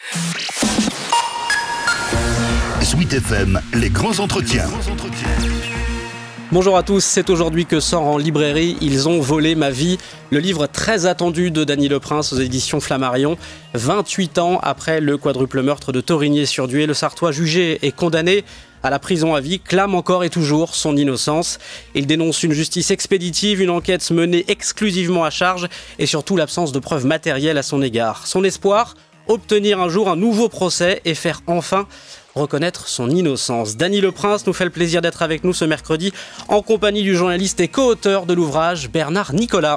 Sweet FM, les grands entretiens. Bonjour à tous, c'est aujourd'hui que sort en librairie « Ils ont volé ma vie », le livre très attendu de Dany Leprince aux éditions Flammarion. 28 ans après le quadruple meurtre de Thorigny-sur-Dué, le Sarthois jugé et condamné à la prison à vie clame encore et toujours son innocence. Il dénonce une justice expéditive, une enquête menée exclusivement à charge et surtout l'absence de preuves matérielles à son égard. Son espoir, obtenir un jour un nouveau procès et faire enfin reconnaître son innocence. Dany Leprince nous fait le plaisir d'être avec nous ce mercredi en compagnie du journaliste et co-auteur de l'ouvrage Bernard Nicolas.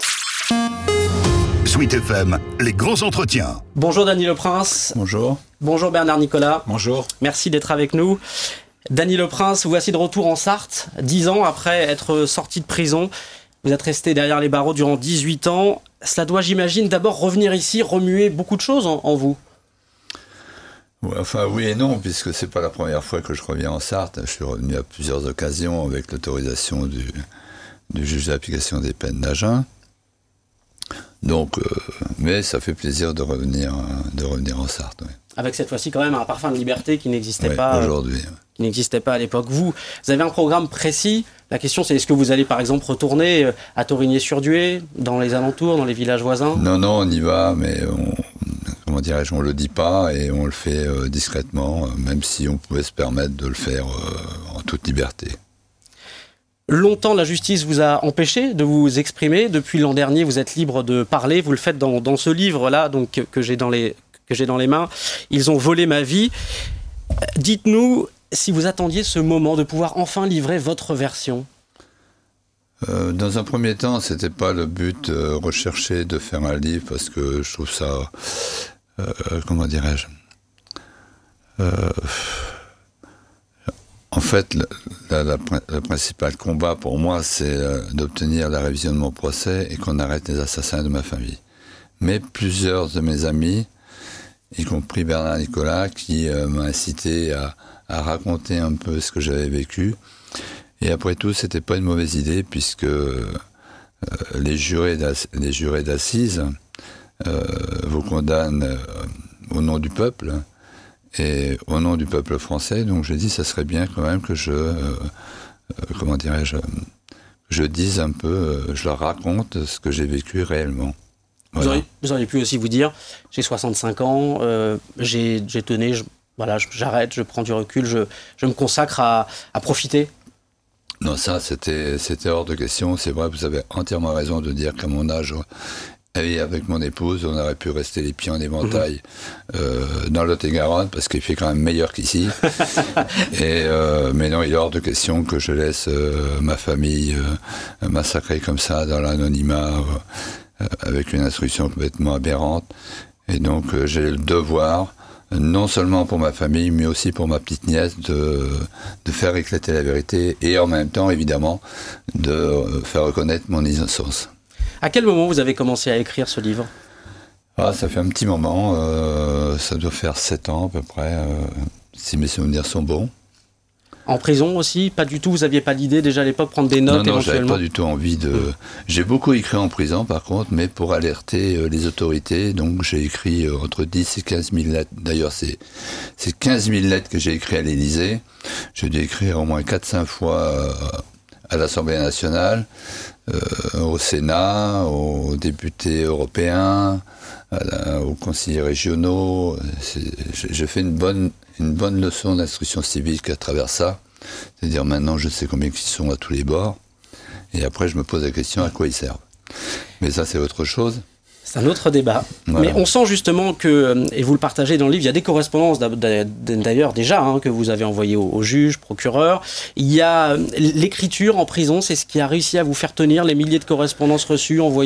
Sweet FM, les grands entretiens. Bonjour Dany Leprince. Bonjour. Bonjour Bernard Nicolas. Bonjour. Merci d'être avec nous. Dany Leprince, vous voici de retour en Sarthe, 10 ans après être sorti de prison. Vous êtes resté derrière les barreaux durant 18 ans. Cela doit, j'imagine, d'abord revenir ici, remuer beaucoup de choses en vous. Ouais, enfin, oui et non, puisque c'est pas la première fois que je reviens en Sarthe. Je suis revenu à plusieurs occasions avec l'autorisation du juge d'application des peines d'Agen. Donc, mais ça fait plaisir de revenir en Sarthe. Oui. Avec cette fois-ci quand même un parfum de liberté qui n'existait pas aujourd'hui. Qui n'existait pas à l'époque. Vous avez un programme précis. La question c'est est-ce que vous allez par exemple retourner à Thorigny-sur-Dué, dans les alentours, dans les villages voisins ? Non, on y va, mais on le dit pas et on le fait discrètement, même si on pouvait se permettre de le faire en toute liberté. Longtemps, la justice vous a empêché de vous exprimer. Depuis l'an dernier, vous êtes libre de parler. Vous le faites dans ce livre-là, donc que j'ai dans les mains. Ils ont volé ma vie. Dites-nous si vous attendiez ce moment de pouvoir enfin livrer votre version. Dans un premier temps, c'était pas le but recherché de faire un livre parce que je trouve ça, en fait, le principal combat pour moi, c'est d'obtenir la révision de mon procès et qu'on arrête les assassins de ma famille. Mais plusieurs de mes amis, y compris Bernard Nicolas, qui m'a incité à raconter un peu ce que j'avais vécu. Et après tout, c'était pas une mauvaise idée, puisque les jurés d'assises vous condamnent au nom du peuple et au nom du peuple français. Donc je dis, ça serait bien quand même que je dise un peu, je leur raconte ce que j'ai vécu réellement. Voilà. Vous auriez pu aussi vous dire, j'ai 65 ans, j'ai tenu, j'arrête, je prends du recul, je me consacre à profiter. Non, ça, c'était hors de question. C'est vrai, vous avez entièrement raison de dire qu'à mon âge, et avec mon épouse, on aurait pu rester les pieds en éventail dans le Lot-et-Garonne, parce qu'il fait quand même meilleur qu'ici. Mais non, il est hors de question que je laisse ma famille massacrée comme ça dans l'anonymat, avec une instruction complètement aberrante. Et donc, j'ai le devoir, non seulement pour ma famille, mais aussi pour ma petite nièce, de faire éclater la vérité et en même temps, évidemment, de faire reconnaître mon innocence. À quel moment vous avez commencé à écrire ce livre ? Ça fait un petit moment, ça doit faire 7 ans à peu près, si mes souvenirs sont bons. En prison aussi ? Pas du tout, vous n'aviez pas l'idée déjà à l'époque, prendre des notes éventuellement ? Non, j'avais pas du tout envie de... J'ai beaucoup écrit en prison par contre, mais pour alerter les autorités, donc j'ai écrit entre 10 et 15 000 lettres. D'ailleurs, c'est 15 000 lettres que j'ai écrites à l'Élysée. J'ai dû écrire au moins 4-5 fois à l'Assemblée nationale, au Sénat, aux députés européens, aux conseillers régionaux. J'ai fait une bonne leçon d'instruction civique à travers ça. C'est-à-dire maintenant je sais combien ils sont à tous les bords. Et après je me pose la question à quoi ils servent. Mais ça c'est autre chose. C'est un autre débat. Voilà. Mais on sent justement que, et vous le partagez dans le livre, il y a des correspondances d'ailleurs déjà que vous avez envoyées aux juges, procureurs. Il y a l'écriture en prison, c'est ce qui a réussi à vous faire tenir les milliers de correspondances reçues, envoyées ?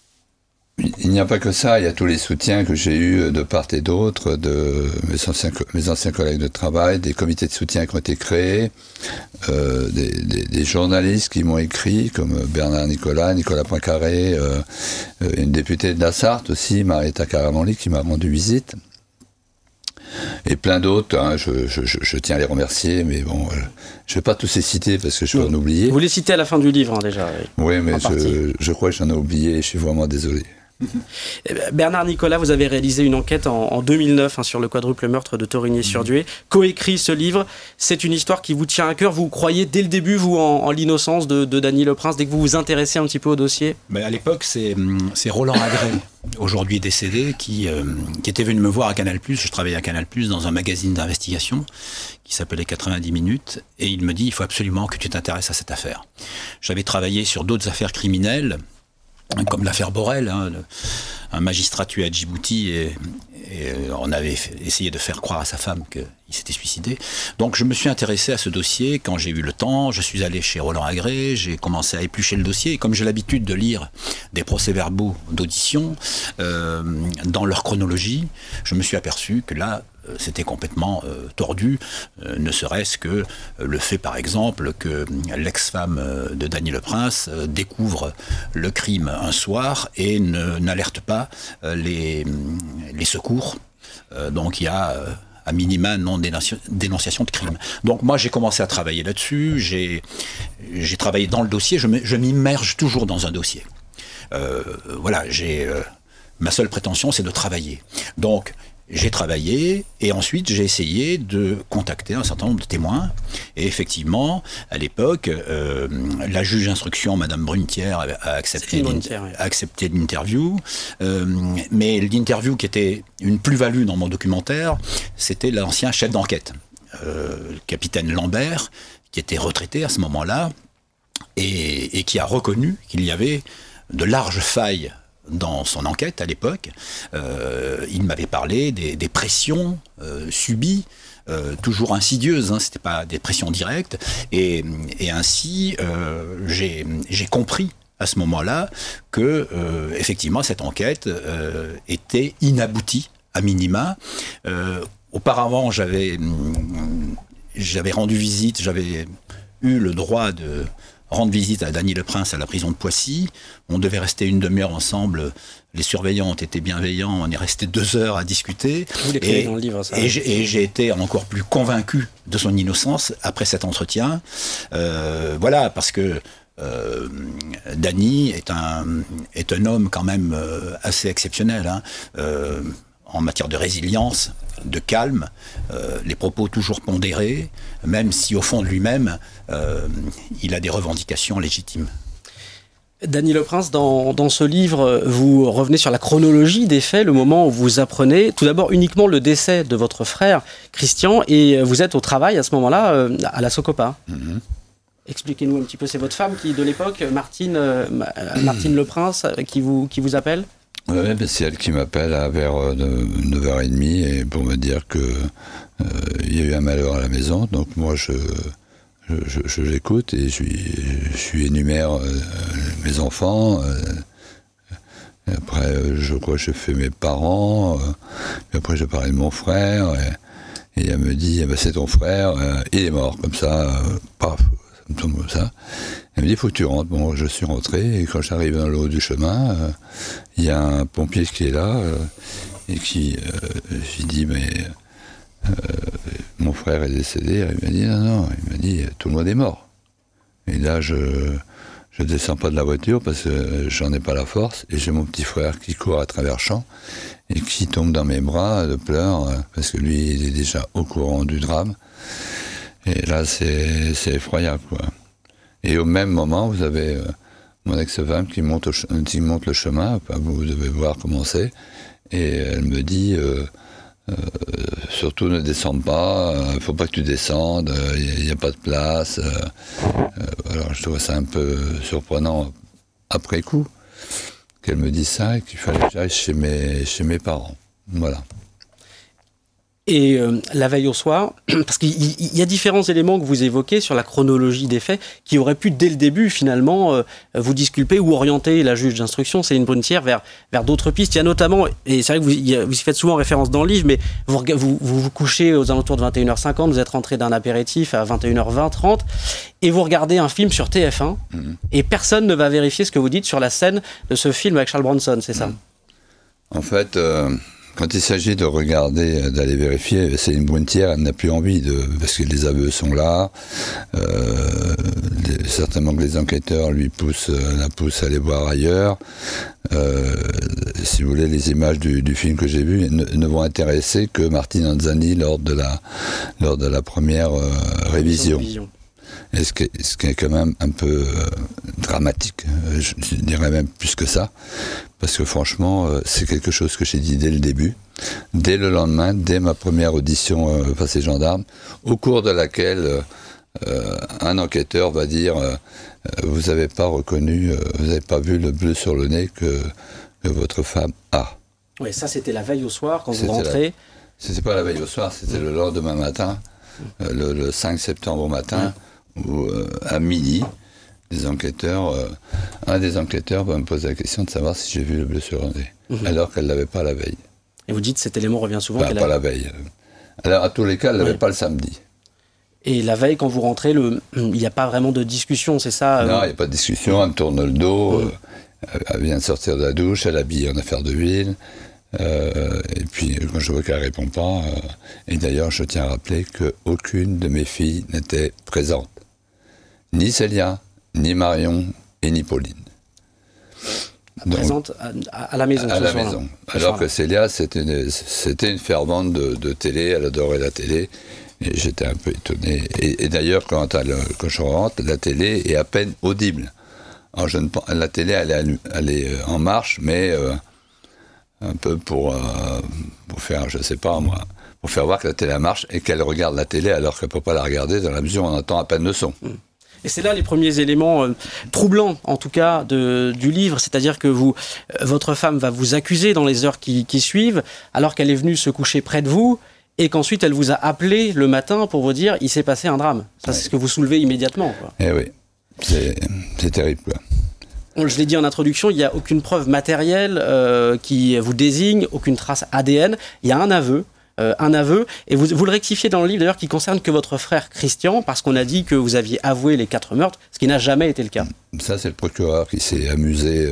Il n'y a pas que ça, il y a tous les soutiens que j'ai eus de part et d'autre, de mes anciens collègues de travail, des comités de soutien qui ont été créés, des journalistes qui m'ont écrit, comme Bernard Nicolas Poincaré, une députée de la Sarthe aussi, Marietta Caramanli, qui m'a rendu visite. Et plein d'autres, je tiens à les remercier, mais bon, je ne vais pas tous les citer parce que je vais en oublier. Vous les citez à la fin du livre déjà. Oui, mais je crois que j'en ai oublié, je suis vraiment désolé. Bernard Nicolas, vous avez réalisé une enquête en 2009 sur le quadruple meurtre de Torigné-sur-Dué, coécrit ce livre. C'est une histoire qui vous tient à cœur. Vous croyez dès le début, vous, en l'innocence de Dany Leprince, dès que vous vous intéressez un petit peu au dossier? À l'époque, c'est Roland Agré, aujourd'hui décédé, qui était venu me voir à Canal+. Je travaillais à Canal+, dans un magazine d'investigation qui s'appelait 90 minutes, et il me dit « Il faut absolument que tu t'intéresses à cette affaire ». J'avais travaillé sur d'autres affaires criminelles, comme l'affaire Borel, un magistrat tué à Djibouti, et on avait essayé de faire croire à sa femme qu'il s'était suicidé. Donc je me suis intéressé à ce dossier quand j'ai eu le temps. Je suis allé chez Roland Agré, j'ai commencé à éplucher le dossier, et comme j'ai l'habitude de lire des procès-verbaux d'audition dans leur chronologie, je me suis aperçu que là, c'était complètement tordu, ne serait-ce que le fait, par exemple, que l'ex-femme de Dany Leprince découvre le crime un soir et n'alerte pas les secours. Donc il y a à minima non-dénonciation de crime. Donc moi j'ai commencé à travailler là-dessus, j'ai travaillé dans le dossier, je m'immerge toujours dans un dossier. Ma seule prétention c'est de travailler. Donc j'ai travaillé et ensuite j'ai essayé de contacter un certain nombre de témoins. Et effectivement, à l'époque, la juge d'instruction, Madame Brunetière, a accepté l'interview. Mais l'interview qui était une plus-value dans mon documentaire, c'était l'ancien chef d'enquête, le capitaine Lambert, qui était retraité à ce moment-là et qui a reconnu qu'il y avait de larges failles dans son enquête à l'époque. Il m'avait parlé des pressions subies, toujours insidieuses, c'était pas des pressions directes, et ainsi j'ai compris à ce moment-là que effectivement cette enquête était inaboutie à minima. Auparavant j'avais rendu visite, j'avais eu le droit de rendre visite à Dany Leprince à la prison de Poissy. On devait rester une demi-heure ensemble. Les surveillants ont été bienveillants. On est resté 2 heures à discuter. Vous l'écrivez dans le livre, ça. Et j'ai été encore plus convaincu de son innocence après cet entretien. Parce que Dany est un homme quand même assez exceptionnel. En matière de résilience, de calme, les propos toujours pondérés, même si au fond de lui-même, il a des revendications légitimes. Dany Leprince, dans ce livre, vous revenez sur la chronologie des faits, le moment où vous apprenez tout d'abord uniquement le décès de votre frère, Christian, et vous êtes au travail à ce moment-là, à la Socopa. Mm-hmm. Expliquez-nous un petit peu, c'est votre femme qui, de l'époque, Martine Leprince, qui vous appelle ? Oui, c'est elle qui m'appelle vers 9h30 et pour me dire que il y a eu un malheur à la maison. Donc moi, je l'écoute et je lui énumère mes enfants. Après, je crois que je fais mes parents. Puis après, je parlais de mon frère. Et elle me dit, c'est ton frère, il est mort, comme ça, paf. Comme ça. Elle me dit, faut que tu rentres. Bon, je suis rentré, et quand j'arrive dans le haut du chemin, il y a un pompier qui est là, et qui, j'ai dit, mais mon frère est décédé. Il m'a dit, non, il m'a dit, tout le monde est mort. Et là, je descends pas de la voiture parce que j'en ai pas la force, et j'ai mon petit frère qui court à travers champs, et qui tombe dans mes bras, de pleurs, parce que lui, il est déjà au courant du drame. Et là, c'est effroyable, quoi. Et au même moment, vous avez mon ex-femme qui monte le chemin, vous devez voir comment c'est, et elle me dit, surtout ne descends pas, faut pas que tu descendes, il n'y a pas de place. Alors, je trouve ça un peu surprenant après coup, qu'elle me dise ça, et qu'il fallait que j'aille chez mes parents. Voilà. Et la veille au soir, parce qu'il y a différents éléments que vous évoquez sur la chronologie des faits qui auraient pu, dès le début, finalement, vous disculper ou orienter la juge d'instruction, Céline Brunetière, vers d'autres pistes. Il y a notamment, et c'est vrai que vous y faites souvent référence dans le livre, mais vous couchez aux alentours de 21h50, vous êtes rentré d'un apéritif à 21h20, 30, et vous regardez un film sur TF1, et personne ne va vérifier ce que vous dites sur la scène de ce film avec Charles Bronson, c'est ça ? En fait... Quand il s'agit de regarder, d'aller vérifier, Céline Brunetière, elle n'a plus envie, parce que les aveux sont là. Certainement que les enquêteurs la poussent à aller voir ailleurs. si vous voulez, les images du film que j'ai vu ne vont intéresser que Martine Anzani lors de la première révision. Et ce qui est quand même un peu dramatique, je dirais même plus que ça, parce que franchement, c'est quelque chose que j'ai dit dès le début, dès le lendemain, dès ma première audition face aux gendarmes, au cours de laquelle un enquêteur va dire vous n'avez pas reconnu, vous n'avez pas vu le bleu sur le nez que votre femme a. Oui, ça c'était la veille au soir, quand vous rentrez. C'était pas la veille au soir, c'était le lendemain matin, le 5 septembre au matin, où à midi, un des enquêteurs va me poser la question de savoir si j'ai vu le bleu sur le nez, alors qu'elle ne l'avait pas la veille. Et vous dites cet élément revient souvent. Pas la veille. Alors à tous les cas, elle ne l'avait pas le samedi. Et la veille, quand vous rentrez, il n'y a pas vraiment de discussion, c'est ça Non, il n'y a pas de discussion, elle me tourne le dos, elle vient de sortir de la douche, elle est habillée en affaire d'huile, et puis quand je vois qu'elle ne répond pas, et d'ailleurs je tiens à rappeler qu'aucune de mes filles n'était présente. Ni Célia, ni Marion, et ni Pauline. Donc, présente à la maison. À la maison. Alors que Célia, c'était une fervente de télé, elle adorait la télé. Et j'étais un peu étonné. Et d'ailleurs, quand je rentre, la télé est à peine audible. Alors, la télé, elle est en marche, mais un peu pour faire, je sais pas moi, pour faire voir que la télé marche et qu'elle regarde la télé alors qu'elle ne peut pas la regarder dans la mesure où on entend à peine le son. Et c'est là les premiers éléments troublants, en tout cas, du livre. C'est-à-dire que votre femme va vous accuser dans les heures qui suivent, alors qu'elle est venue se coucher près de vous, et qu'ensuite elle vous a appelé le matin pour vous dire il s'est passé un drame. Ça, c'est ce que vous soulevez immédiatement, quoi. Eh oui, c'est terrible, quoi. Je l'ai dit en introduction, il n'y a aucune preuve matérielle qui vous désigne, aucune trace ADN. Il y a un aveu, et vous le rectifiez dans le livre d'ailleurs, qui concerne que votre frère Christian, parce qu'on a dit que vous aviez avoué les 4 meurtres, ce qui n'a jamais été le cas. Ça, c'est le procureur qui s'est amusé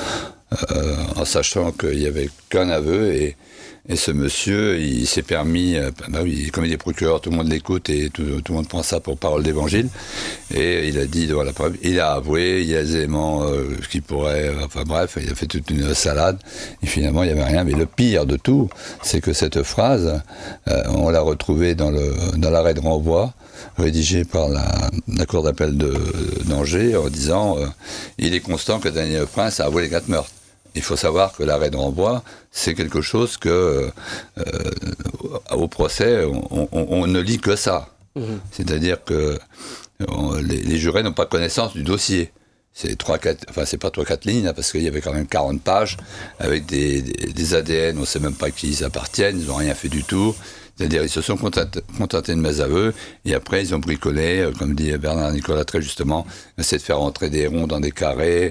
en sachant qu'il n'y avait qu'un aveu, et ce monsieur, il s'est permis, comme il est procureur, tout le monde l'écoute et tout le monde prend ça pour parole d'évangile. Et il a dit devant la preuve, il a avoué, il y a des éléments qui pourraient, il a fait toute une salade. Et finalement, il n'y avait rien. Mais le pire de tout, c'est que cette phrase, on l'a retrouvée dans l'arrêt de renvoi, rédigé par la cour d'appel d'Angers, en disant il est constant que Daniel Prince a avoué les 4 meurtres. Il faut savoir que l'arrêt de renvoi, c'est quelque chose que, au procès, on ne lit que ça. C'est-à-dire que les jurés n'ont pas connaissance du dossier. C'est c'est pas 3-4 lignes, parce qu'il y avait quand même 40 pages, avec des ADN, on ne sait même pas à qui ils appartiennent, ils n'ont rien fait du tout. C'est-à-dire, ils se sont contentés de mes aveux, et après, ils ont bricolé, comme dit Bernard Nicolas très justement, essayer de faire rentrer des ronds dans des carrés.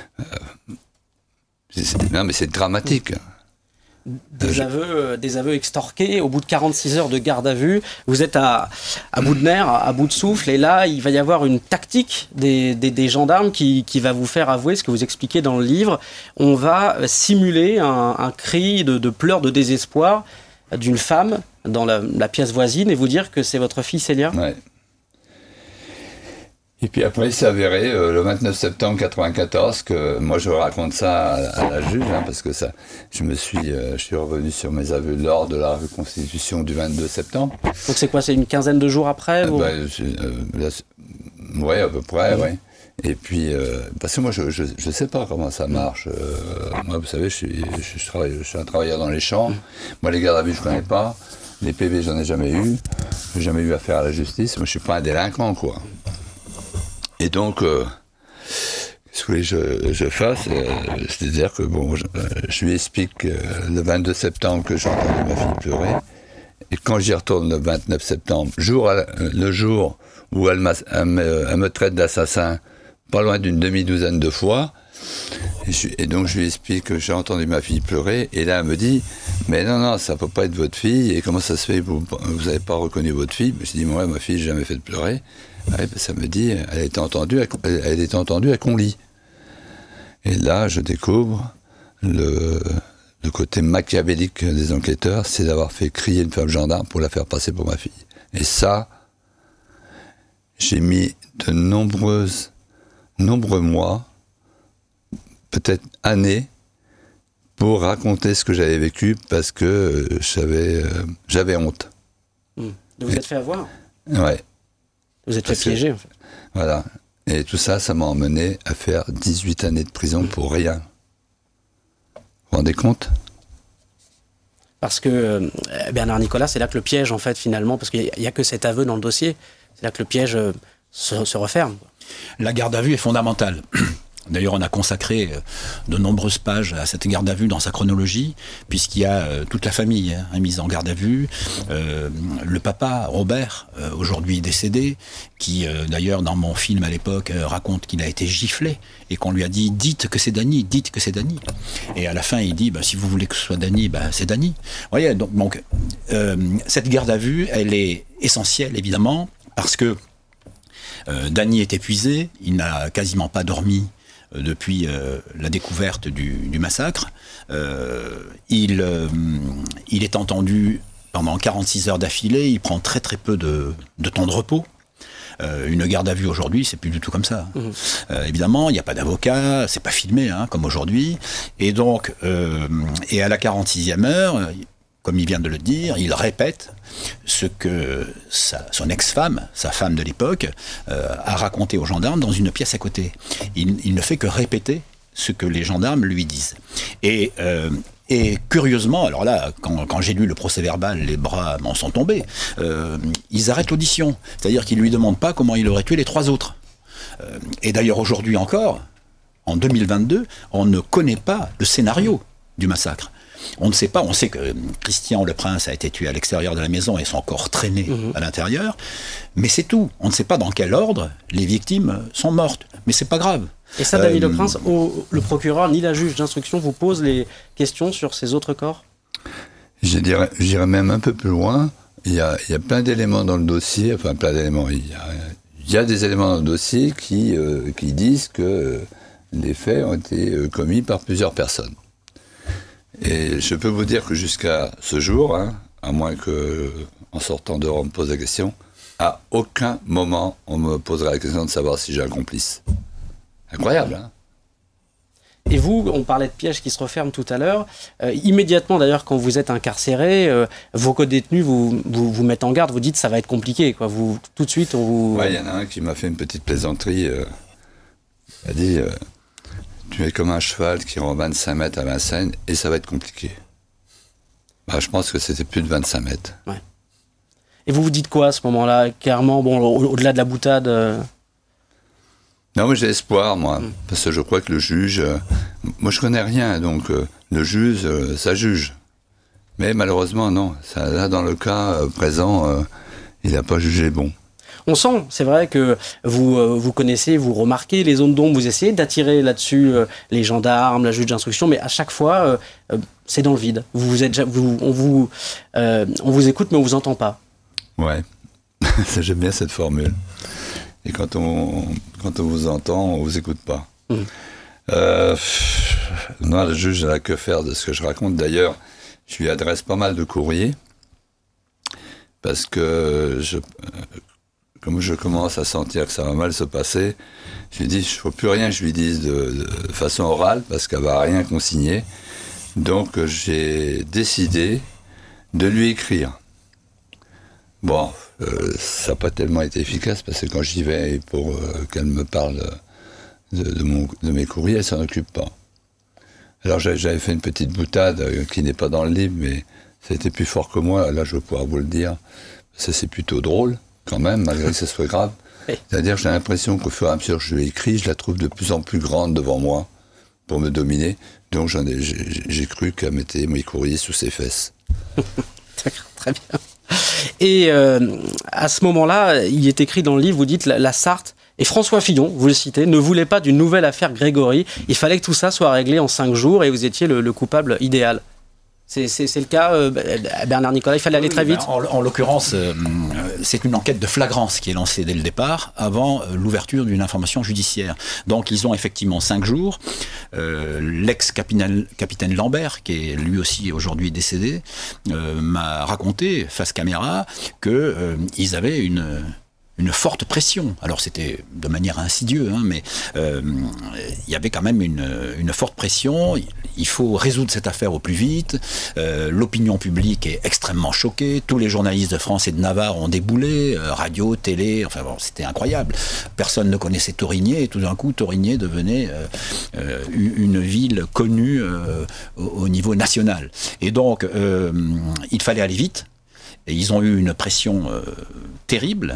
Non, mais c'est dramatique. Des aveux extorqués au bout de 46 heures de garde à vue. Vous êtes à bout de nerfs, à bout de souffle, et là, il va y avoir une tactique des gendarmes qui va vous faire avouer ce que vous expliquez dans le livre. On va simuler un cri de pleurs de désespoir d'une femme dans la pièce voisine et vous dire que c'est votre fille Célia. Ouais. Et puis après, il s'est avéré, le 29 septembre 1994, que moi je raconte ça à la juge, parce que ça, je suis revenu sur mes aveux lors de la reconstitution du 22 septembre. Donc c'est quoi, c'est une quinzaine de jours après oui, à peu près, oui. Et puis, parce que moi je sais pas comment ça marche. Moi, vous savez, je suis un travailleur dans les champs. Moi, les gardes à vue, je connais pas. Les PV, j'en ai jamais eu. J'ai jamais eu affaire à la justice. Moi, je suis pas un délinquant, quoi. Et donc, ce que je fasse, c'est-à-dire que je lui explique le 22 septembre que j'ai entendu ma fille pleurer, et quand j'y retourne le 29 septembre, le jour où elle me traite d'assassin, pas loin d'une demi-douzaine de fois, et donc je lui explique que j'ai entendu ma fille pleurer, et là elle me dit, mais non, ça peut pas être votre fille, et comment ça se fait que vous n'avez pas reconnu votre fille? Je dis, ouais, ma fille, j'ai jamais fait de pleurer. Ouais, ça me dit, elle a été entendue à Conly. Et là, je découvre le côté machiavélique des enquêteurs, c'est d'avoir fait crier une femme gendarme pour la faire passer pour ma fille. Et ça, j'ai mis de nombreux mois, peut-être années, pour raconter ce que j'avais vécu parce que j'avais honte. Vous vous êtes fait avoir ? Ouais. Vous êtes fait piéger, en fait. Voilà. Et tout ça, ça m'a emmené à faire 18 années de prison pour rien. Vous vous rendez compte ? Parce que Bernard Nicolas, c'est là que le piège, en fait, finalement, parce qu'il n'y a que cet aveu dans le dossier, c'est là que le piège se referme. La garde à vue est fondamentale. D'ailleurs, on a consacré de nombreuses pages à cette garde à vue dans sa chronologie, puisqu'il y a toute la famille mise en garde à vue. Le papa, Robert, aujourd'hui décédé, qui d'ailleurs dans mon film à l'époque raconte qu'il a été giflé et qu'on lui a dit « dites que c'est Dany, dites que c'est Dany ». Et à la fin, il dit si vous voulez que ce soit Dany, c'est Dany. Vous voyez, donc cette garde à vue, elle est essentielle, évidemment, parce que Dany est épuisé, il n'a quasiment pas dormi depuis la découverte du massacre. Il est entendu pendant 46 heures d'affilée, il prend très très peu de temps de repos. Une garde à vue aujourd'hui, c'est plus du tout comme ça. Évidemment, il n'y a pas d'avocat, c'est pas filmé comme aujourd'hui. Et donc, et à la 46e heure, comme il vient de le dire, il répète ce que son ex-femme, sa femme de l'époque, a raconté aux gendarmes dans une pièce à côté. Il ne fait que répéter ce que les gendarmes lui disent. Et curieusement, alors là, quand j'ai lu le procès-verbal, les bras m'en sont tombés. Ils arrêtent l'audition. C'est-à-dire qu'ils ne lui demandent pas comment il aurait tué les 3 autres. Et d'ailleurs, aujourd'hui encore, en 2022, on ne connaît pas le scénario du massacre. On ne sait pas, on sait que Christian le Prince a été tué à l'extérieur de la maison et son corps traîné à l'intérieur, mais c'est tout. On ne sait pas dans quel ordre les victimes sont mortes, mais c'est pas grave. Et ça, Dany Le Prince, le procureur ni la juge d'instruction vous pose les questions sur ces autres corps ? J'irais même un peu plus loin. Il y a plein d'éléments dans le dossier, enfin plein d'éléments. Il y a des éléments dans le dossier qui disent que les faits ont été commis par plusieurs personnes. Et je peux vous dire que jusqu'à ce jour, à moins qu'en sortant dehors on me pose la question, à aucun moment on me posera la question de savoir si j'ai un complice. Incroyable, hein ? Et vous, on parlait de pièges qui se referment tout à l'heure. Immédiatement, d'ailleurs, quand vous êtes incarcéré, vos co-détenus vous mettent en garde, vous dites ça va être compliqué, quoi. Tout de suite, on vous... Ouais, il y en a un qui m'a fait une petite plaisanterie. Il a dit... tu es comme un cheval qui rend 25 mètres à Vincennes et ça va être compliqué. Je pense que c'était plus de 25 mètres. Ouais. Et vous vous dites quoi à ce moment-là ? Clairement, au-delà de la boutade Non, mais j'ai espoir, moi. Parce que je crois que le juge... moi, je connais rien, donc le juge, ça juge. Mais malheureusement, non. Ça, là, dans le cas présent, il n'a pas jugé bon. On sent, c'est vrai que vous connaissez, vous remarquez les zones d'ombre, vous essayez d'attirer là-dessus les gendarmes, la juge d'instruction, mais à chaque fois, c'est dans le vide. On vous écoute, mais on vous entend pas. Ouais, j'aime bien cette formule. Et quand on vous entend, on vous écoute pas. Non, le juge n'a que faire de ce que je raconte. D'ailleurs, je lui adresse pas mal de courriers parce que comme je commence à sentir que ça va mal se passer, je lui dis, il ne faut plus rien que je lui dise de façon orale, parce qu'elle ne va rien consigner. Donc, j'ai décidé de lui écrire. Bon, ça n'a pas tellement été efficace, parce que quand j'y vais pour qu'elle me parle de mes courriers, elle ne s'en occupe pas. Alors, j'avais fait une petite boutade qui n'est pas dans le livre, mais ça a été plus fort que moi. Là, je vais pouvoir vous le dire. Ça, c'est plutôt drôle. Quand même, malgré que ce soit grave. C'est-à-dire que j'ai l'impression qu'au fur et à mesure que je l'ai écrit, je la trouve de plus en plus grande devant moi pour me dominer. Donc j'ai cru qu'elle mettait mes courriers sous ses fesses. D'accord, très bien. Et à ce moment-là, il est écrit dans le livre, vous dites la Sarthe, et François Fillon, vous le citez, ne voulait pas d'une nouvelle affaire Grégory. Il fallait que tout ça soit réglé en 5 jours et vous étiez le coupable idéal. C'est le cas, Bernard Nicolas, il fallait aller très vite. En l'occurrence, c'est une enquête de flagrance qui est lancée dès le départ, avant l'ouverture d'une information judiciaire. Donc ils ont effectivement 5 jours. L'ex-capitaine Lambert, qui est lui aussi aujourd'hui décédé, m'a raconté, face caméra, qu'ils avaient une forte pression. Alors c'était de manière insidieuse, mais il y avait quand même une forte pression. Il faut résoudre cette affaire au plus vite. L'opinion publique est extrêmement choquée. Tous les journalistes de France et de Navarre ont déboulé, radio, télé, enfin bon, c'était incroyable. Personne ne connaissait Thorigné, et tout d'un coup, Thorigné devenait une ville connue au niveau national. Et donc, il fallait aller vite. Et ils ont eu une pression terrible.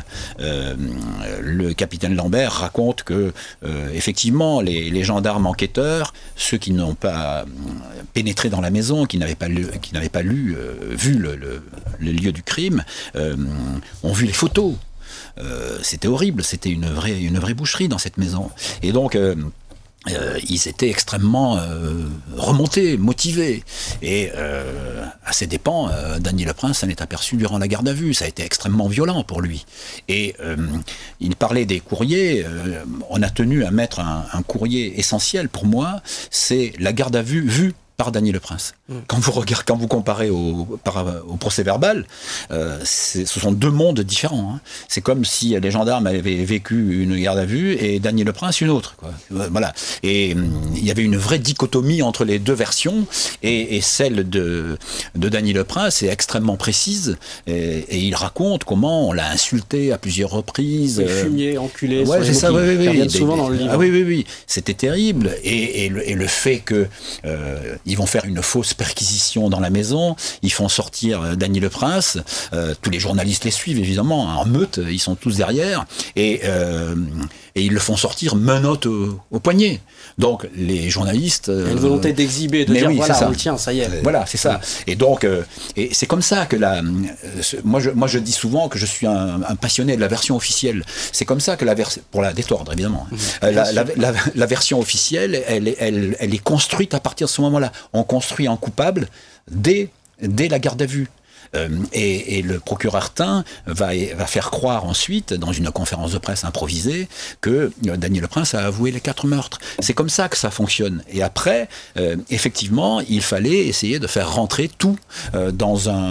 Le capitaine Lambert raconte que, effectivement, les gendarmes enquêteurs, ceux qui n'ont pas pénétré dans la maison, qui n'avaient pas vu le lieu du crime, ont vu les photos. C'était horrible, c'était une vraie boucherie dans cette maison. Et donc... ils étaient extrêmement remontés, motivés. Et à ses dépens, Dany Le Prince s'en est aperçu durant la garde à vue. Ça a été extrêmement violent pour lui. Et il parlait des courriers. On a tenu à mettre un courrier essentiel pour moi. C'est la garde à vue par Dany Le Prince. Quand vous comparez au procès verbal, ce sont deux mondes différents. Hein. C'est comme si les gendarmes avaient vécu une garde à vue et Dany Le Prince une autre. Quoi. Voilà. Et il y avait une vraie dichotomie entre les deux versions, et celle de Dany Le Prince est extrêmement précise, et il raconte comment on l'a insulté à plusieurs reprises. Fumier, enculé, ouais, c'est ça, oui. Souvent dans le livre. Ah oui. C'était terrible. Et le fait que ils vont faire une fausse perquisition dans la maison, ils font sortir Dany Le Prince, tous les journalistes les suivent évidemment, en meute, ils sont tous derrière, et ils le font sortir menottes au poignet. Donc les journalistes... une volonté d'exhiber, de dire voilà, on le tient, ça y est. Voilà, c'est ça. Et donc, et c'est comme ça que moi je dis souvent que je suis un passionné de la version officielle. C'est comme ça que pour la détordre évidemment, la version officielle, elle est construite à partir de ce moment-là. On construit un coupable dès la garde à vue. Et le procureur Tin va faire croire ensuite, dans une conférence de presse improvisée, que Dany Le Prince a avoué les 4 meurtres. C'est comme ça que ça fonctionne. Et après, effectivement, il fallait essayer de faire rentrer tout dans un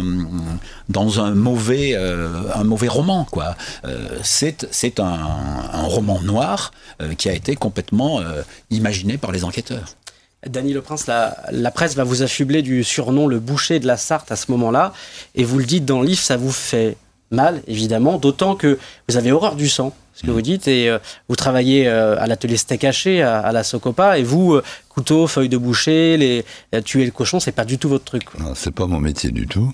mauvais roman, quoi. C'est un roman noir qui a été complètement imaginé par les enquêteurs. Dany Le Prince, la presse va vous affubler du surnom le boucher de la Sarthe à ce moment-là, et vous le dites dans le livre, ça vous fait mal, évidemment, d'autant que vous avez horreur du sang, ce que vous dites, et vous travaillez à l'atelier steak haché à la Socopa, et vous, couteau, feuille de boucher, tuer le cochon, c'est pas du tout votre truc. Non, c'est pas mon métier du tout.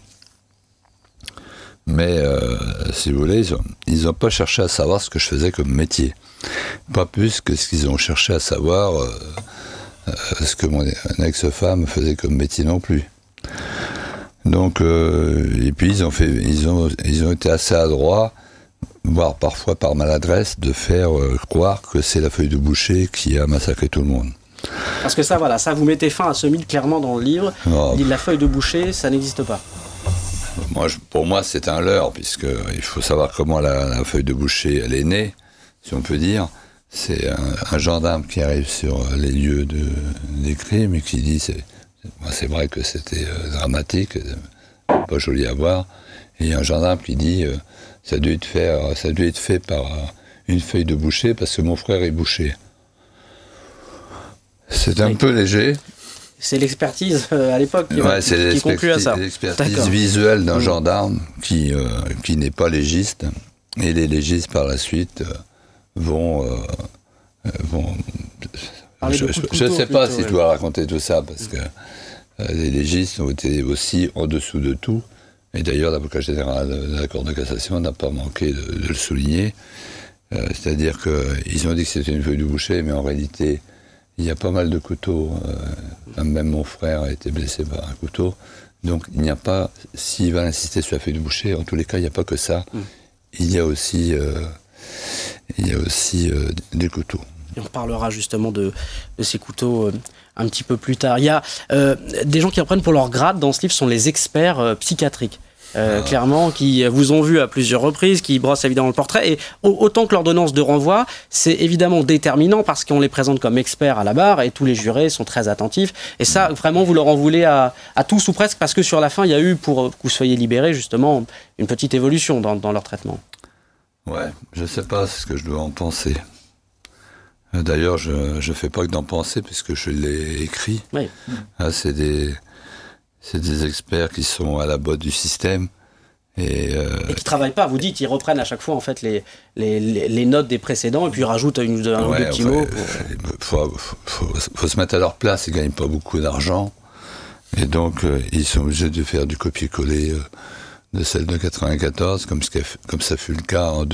Mais, si vous voulez, ils n'ont pas cherché à savoir ce que je faisais comme métier. Pas plus que ce qu'ils ont cherché à savoir... ce que mon ex-femme faisait comme métier non plus. Donc, et puis ils ont été assez adroits, voire parfois par maladresse, de faire croire que c'est la feuille de boucher qui a massacré tout le monde. Parce que ça, voilà, ça vous mettez fin à ce mythe clairement dans le livre. Non. La feuille de boucher, ça n'existe pas. Pour moi, c'est un leurre, puisqu'il faut savoir comment la feuille de boucher, elle est née, si on peut dire. C'est un gendarme qui arrive sur les lieux des crimes et qui dit c'est vrai que c'était dramatique, pas joli à voir. Et il y a un gendarme qui dit ça a dû être fait par une feuille de boucher parce que mon frère est boucher. C'est un peu léger. C'est l'expertise à l'époque qui conclut à ça. C'est l'expertise visuelle d'un gendarme qui n'est pas légiste. Et les légistes par la suite... vont je ne sais pas si je dois raconter tout ça, parce que les légistes ont été aussi en dessous de tout, et d'ailleurs l'avocat général de la Cour de cassation n'a pas manqué de le souligner, c'est-à-dire qu'ils ont dit que c'était une feuille de boucher, mais en réalité il y a pas mal de couteaux, même mon frère a été blessé par un couteau, donc il n'y a pas, s'il va insister sur la feuille de boucher, en tous les cas il n'y a pas que ça, il y a aussi des couteaux. Et on reparlera justement de ces couteaux un petit peu plus tard. Il y a des gens qui reprennent pour leur grade dans ce livre, sont les experts psychiatriques. Clairement, qui vous ont vu à plusieurs reprises, qui brossent évidemment le portrait. Et autant que l'ordonnance de renvoi, c'est évidemment déterminant parce qu'on les présente comme experts à la barre et tous les jurés sont très attentifs. Et ça, vraiment, vous leur en voulez à tous ou presque, parce que sur la fin, il y a eu, pour que vous soyez libérés, justement, une petite évolution dans leur traitement. Ouais, je ne sais pas ce que je dois en penser. D'ailleurs, je ne fais pas que d'en penser puisque je l'ai écrit. Oui. C'est des experts qui sont à la botte du système. Et qui ne travaillent pas, vous dites, ils reprennent à chaque fois en fait les notes des précédents et puis ils rajoutent un ou deux petits mots. Faut se mettre à leur place, ils ne gagnent pas beaucoup d'argent. Et donc, ils sont obligés de faire du copier-coller de celle de 94, comme ça fut le cas en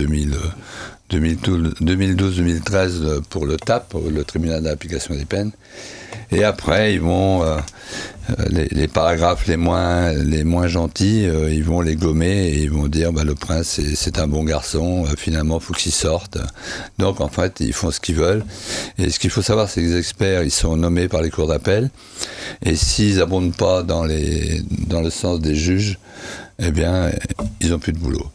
2012-2013 pour le TAP, le tribunal d'application des peines. Et après, ils vont les paragraphes les moins gentils, ils vont les gommer et ils vont dire le prince c'est un bon garçon, finalement faut qu'il sorte. Donc en fait, ils font ce qu'ils veulent. Et ce qu'il faut savoir, c'est que les experts, ils sont nommés par les cours d'appel. Et s'ils abondent pas dans le sens des juges, eh bien, ils n'ont plus de boulot.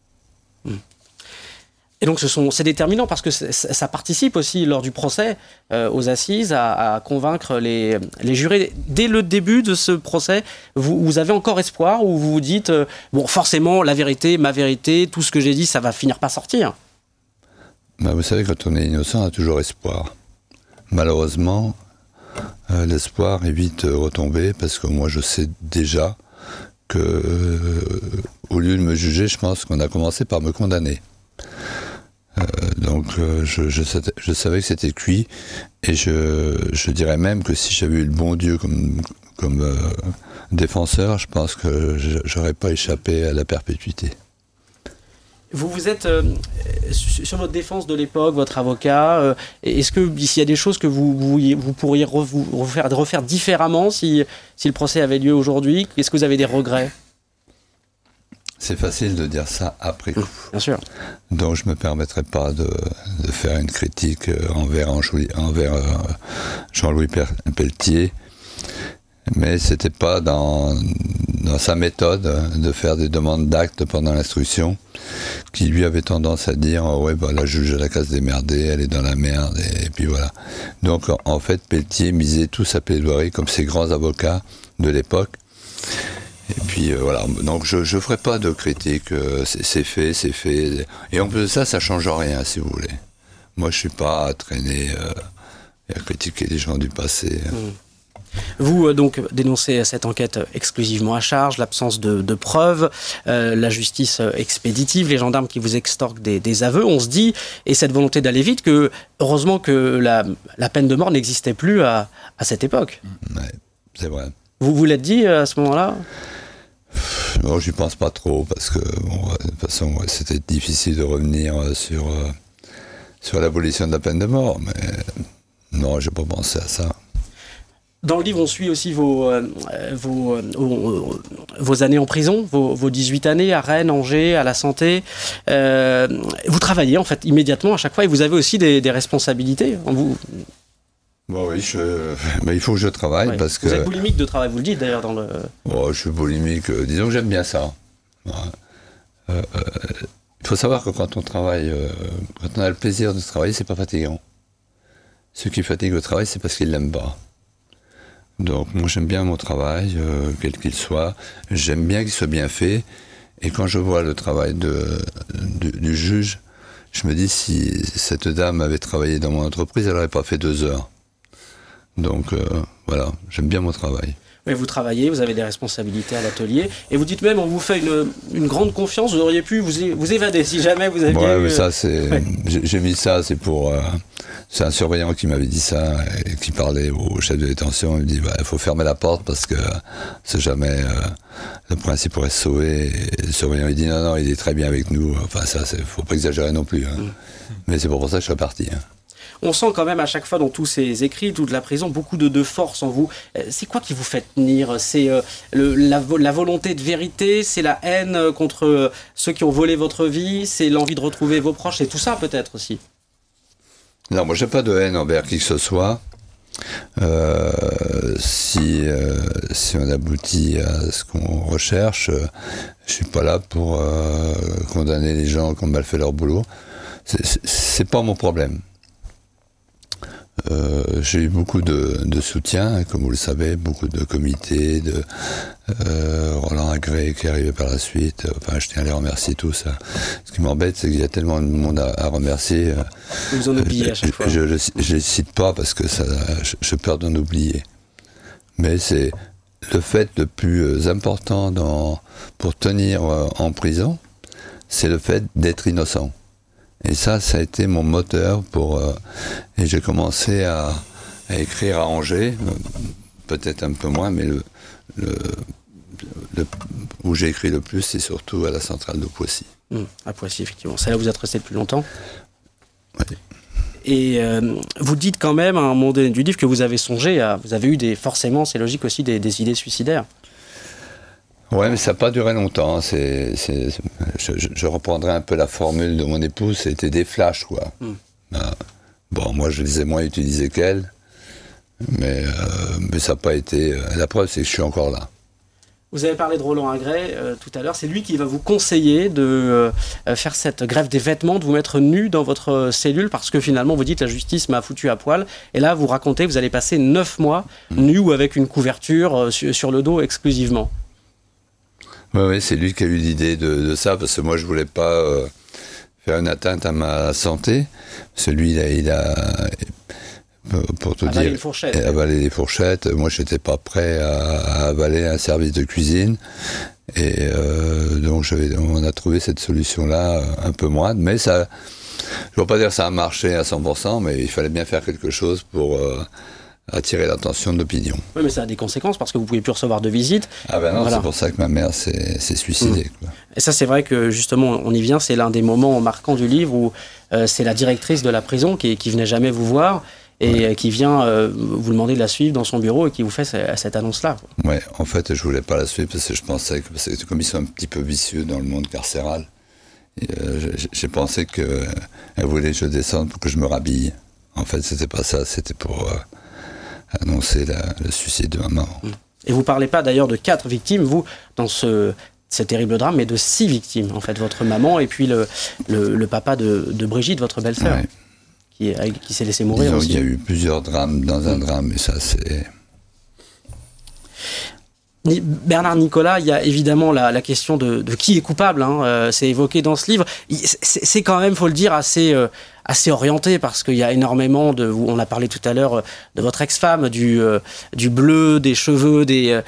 Et donc c'est déterminant parce que ça participe aussi lors du procès aux assises à convaincre les jurés. Dès le début de ce procès, vous avez encore espoir ou vous vous dites forcément la vérité, ma vérité, tout ce que j'ai dit, ça va finir par sortir. Vous savez, quand on est innocent, on a toujours espoir. Malheureusement, l'espoir est vite retombé parce que moi je sais déjà que au lieu de me juger, je pense qu'on a commencé par me condamner. Donc je savais que c'était cuit et je dirais même que si j'avais eu le bon Dieu comme défenseur, je pense que j'aurais pas échappé à la perpétuité. Vous êtes sur votre défense de l'époque, votre avocat. Est-ce que s'il y a des choses que vous pourriez refaire différemment si le procès avait lieu aujourd'hui? Est-ce que vous avez des regrets? C'est facile de dire ça après coup. Bien sûr. Donc je ne me permettrai pas de faire une critique envers Jean-Louis Pelletier. Mais ce n'était pas dans sa méthode de faire des demandes d'actes pendant l'instruction, qui lui avait tendance à dire la juge elle a qu'à se démerder, elle est dans la merde, et puis voilà. Donc en fait, Pelletier misait tout sa plaidoirie comme ces grands avocats de l'époque. Et puis voilà, donc je ne ferai pas de critique, c'est fait. Et en plus de ça, ça ne change rien, si vous voulez. Moi, je ne suis pas à traîner et à critiquer les gens du passé. Vous, donc, dénoncez cette enquête exclusivement à charge, l'absence de preuves, la justice expéditive, les gendarmes qui vous extorquent des aveux. On se dit, et cette volonté d'aller vite, que heureusement que la peine de mort n'existait plus à cette époque. Ouais, c'est vrai. Vous l'êtes dit à ce moment-là ? Non, j'y pense pas trop, parce que de toute façon, c'était difficile de revenir sur l'abolition de la peine de mort, mais non, j'ai pas pensé à ça. Dans le livre, on suit aussi vos années en prison, vos 18 années à Rennes, Angers, à la Santé. Vous travaillez en fait immédiatement à chaque fois et vous avez aussi des responsabilités. Bon, oui, il faut que je travaille parce que... Vous êtes boulimique de travail, vous le dites d'ailleurs dans le... Bon, je suis boulimique, disons que j'aime bien ça. Il faut savoir que quand on travaille, quand on a le plaisir de travailler, c'est pas fatigant. Ce qui fatigue au travail, c'est parce qu'il l'aime pas. Donc moi j'aime bien mon travail, quel qu'il soit, j'aime bien qu'il soit bien fait, et quand je vois le travail du juge, je me dis si cette dame avait travaillé dans mon entreprise, elle n'aurait pas fait 2 heures. Donc voilà, j'aime bien mon travail. Oui, vous travaillez, vous avez des responsabilités à l'atelier, et vous dites même, on vous fait une grande confiance, vous auriez pu vous évader si jamais vous aviez... Ouais, mais ça c'est... Ouais. J'ai mis ça, c'est pour... c'est un surveillant qui m'avait dit ça, et qui parlait au chef de détention, il me dit, il faut fermer la porte parce que c'est jamais... le principe pourrait se sauver, et le surveillant il dit, non, il est très bien avec nous, enfin ça, faut pas exagérer non plus, hein. Mais c'est pour ça que je suis reparti, hein. On sent quand même à chaque fois dans tous ces écrits, toute la prison, beaucoup de force en vous. C'est quoi qui vous fait tenir ? C'est la volonté de vérité, c'est la haine contre ceux qui ont volé votre vie, c'est l'envie de retrouver vos proches, c'est tout ça peut-être aussi ? Non, moi j'ai pas de haine envers qui que ce soit. Si on aboutit à ce qu'on recherche, je suis pas là pour condamner les gens qui ont mal fait leur boulot. C'est pas mon problème. J'ai eu beaucoup de soutien, comme vous le savez, beaucoup de comités, de Roland Agré qui est arrivé par la suite. Enfin, je tiens à les remercier tous. Hein. Ce qui m'embête, c'est qu'il y a tellement de monde à remercier. Vous en oubliez à chaque fois. Je les cite pas parce que j'ai peur d'en oublier. Mais c'est le fait le plus important pour tenir en prison, c'est le fait d'être innocent. Et ça a été mon moteur et j'ai commencé à écrire à Angers, peut-être un peu moins, mais où j'ai écrit le plus, c'est surtout à la centrale de Poissy. À Poissy, effectivement. C'est là où vous êtes resté depuis longtemps. Oui. Et vous dites quand même, à un moment donné du livre, que vous avez songé vous avez eu forcément, c'est logique aussi, des idées suicidaires. Ouais, mais ça n'a pas duré longtemps. Je reprendrai un peu la formule de mon épouse, c'était des flashs, quoi. Bon, moi, je les ai moins utilisés qu'elle, mais ça n'a pas été... La preuve, c'est que je suis encore là. Vous avez parlé de Roland Agré tout à l'heure. C'est lui qui va vous conseiller de faire cette grève des vêtements, de vous mettre nu dans votre cellule, parce que finalement, vous dites, la justice m'a foutu à poil. Et là, vous racontez, vous allez passer 9 mois nu ou avec une couverture sur le dos exclusivement. Oui, c'est lui qui a eu l'idée de ça, parce que moi, je voulais pas faire une atteinte à ma santé. Celui, il a pour tout avaler dire, avaler les fourchettes. Moi, je n'étais pas prêt à avaler un service de cuisine. Et donc, on a trouvé cette solution-là un peu moindre. Mais ça, je ne veux pas dire que ça a marché à 100%, mais il fallait bien faire quelque chose pour... attirer l'attention de l'opinion. Oui, mais ça a des conséquences parce que vous ne pouvez plus recevoir de visites. Ah ben non, voilà. C'est pour ça que ma mère s'est suicidée. Quoi. Et ça, c'est vrai que justement, on y vient, c'est l'un des moments marquants du livre où c'est la directrice de la prison qui venait jamais vous voir et qui vient vous demander de la suivre dans son bureau et qui vous fait cette annonce-là. Oui, en fait, je ne voulais pas la suivre parce que je pensais que, comme ils sont un petit peu vicieux dans le monde carcéral, j'ai pensé qu'elle voulait que je descende pour que je me rhabille. En fait, c'était pas ça, c'était pour... annoncer le suicide de maman. Et vous ne parlez pas d'ailleurs de 4 victimes, vous, dans ce terrible drame, mais de 6 victimes, en fait, votre maman et puis le papa de Brigitte, votre belle-sœur, qui s'est laissé mourir aussi. Il y a eu plusieurs drames dans un drame, et ça, c'est... Bernard Nicolas, il y a évidemment la question de qui est coupable, c'est évoqué dans ce livre. C'est quand même, il faut le dire, assez orienté parce qu'il y a énormément on a parlé tout à l'heure de votre ex-femme, du bleu, des cheveux, des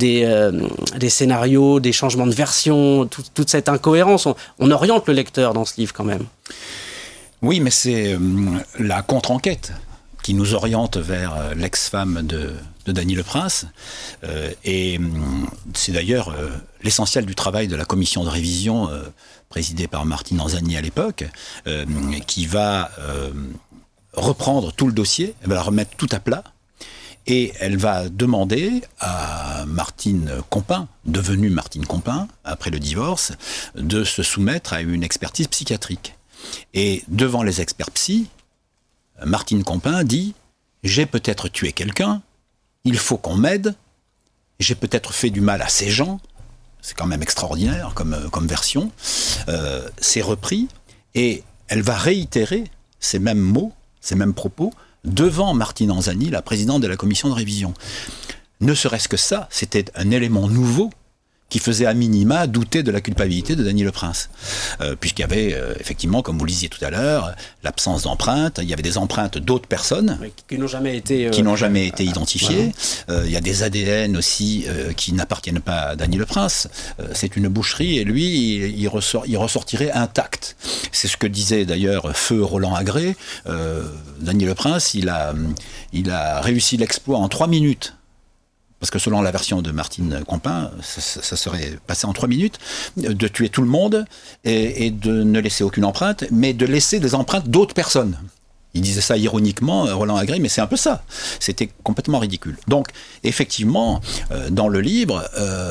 scénarios, des changements de version, toute cette incohérence. On oriente le lecteur dans ce livre quand même. Oui, mais c'est la contre-enquête qui nous oriente vers l'ex-femme de Dany Le Prince. Et c'est d'ailleurs l'essentiel du travail de la commission de révision présidée par Martine Anzani à l'époque, qui va reprendre tout le dossier, elle va la remettre tout à plat, et elle va demander à Martine Compin, devenue Martine Compin, après le divorce, de se soumettre à une expertise psychiatrique. Et devant les experts psy, Martine Compin dit « J'ai peut-être tué quelqu'un, il faut qu'on m'aide, j'ai peut-être fait du mal à ces gens », c'est quand même extraordinaire comme version, c'est repris, et elle va réitérer ces mêmes mots, ces mêmes propos, devant Martine Anzani, la présidente de la commission de révision. Ne serait-ce que ça, c'était un élément nouveau qui faisait à minima douter de la culpabilité de Dany Le Prince. Puisqu'il y avait, effectivement, comme vous le disiez tout à l'heure, l'absence d'empreintes, il y avait des empreintes d'autres personnes qui n'ont jamais été, identifiées. Voilà. Il y a des ADN aussi qui n'appartiennent pas à Dany Le Prince. C'est une boucherie et lui, il ressortirait intact. C'est ce que disait d'ailleurs feu Roland Agré. Dany Le Prince, il a réussi l'exploit en 3 minutes. Parce que selon la version de Martine Compin, ça serait passé en 3 minutes, de tuer tout le monde et de ne laisser aucune empreinte, mais de laisser des empreintes d'autres personnes. Il disait ça ironiquement, Roland Agré, mais c'est un peu ça. C'était complètement ridicule. Donc, effectivement, dans le livre,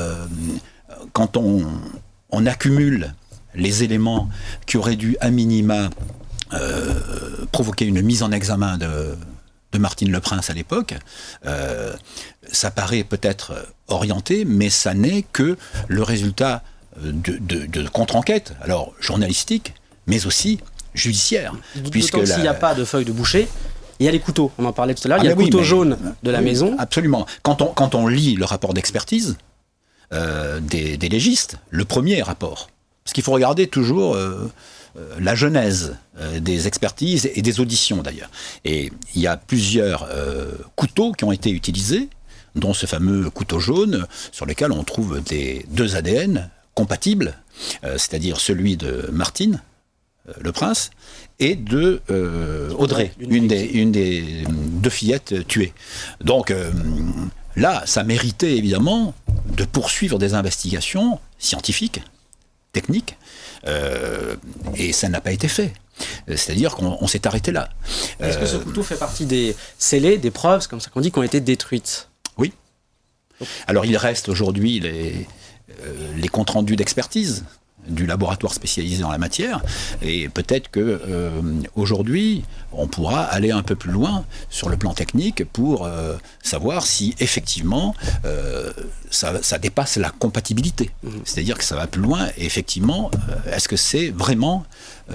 quand on accumule les éléments qui auraient dû, à minima, provoquer une mise en examen de Martine Le Prince à l'époque, ça paraît peut-être orienté, mais ça n'est que le résultat de contre-enquête, alors journalistique, mais aussi judiciaire. Puisque s'il n'y a pas de feuille de boucher, Il y a les couteaux, on en parlait tout à l'heure, il y a le couteau jaune de la maison. Absolument. Quand on lit le rapport d'expertise des légistes, le premier rapport, parce qu'il faut regarder toujours la genèse des expertises et des auditions d'ailleurs. Et il y a plusieurs couteaux qui ont été utilisés, dont ce fameux couteau jaune, sur lequel on trouve deux ADN compatibles, c'est-à-dire celui de Martine, le prince, et de Audrey, une des deux fillettes tuées. Donc là, ça méritait évidemment de poursuivre des investigations scientifiques, techniques, et ça n'a pas été fait. C'est-à-dire qu'on s'est arrêté là. Est-ce que ce couteau fait partie des scellés, des preuves, c'est comme ça qu'on dit, qui ont été détruites ? Oui. Alors il reste aujourd'hui les comptes rendus d'expertise du laboratoire spécialisé dans la matière, et peut-être que aujourd'hui on pourra aller un peu plus loin sur le plan technique pour savoir si effectivement ça dépasse la compatibilité, c'est-à-dire que ça va plus loin, et effectivement est-ce que c'est vraiment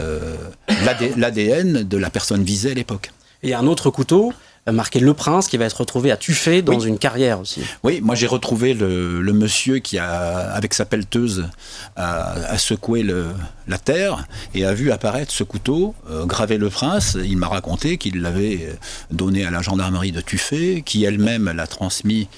l'ADN de la personne visée à l'époque. Et un autre couteau marqué Le Prince, qui va être retrouvé à Tuffet dans une carrière aussi. Oui, moi j'ai retrouvé le monsieur qui a, avec sa pelleteuse, a secoué la terre et a vu apparaître ce couteau gravé Le Prince. Il m'a raconté qu'il l'avait donné à la gendarmerie de Tuffet, qui elle-même l'a transmis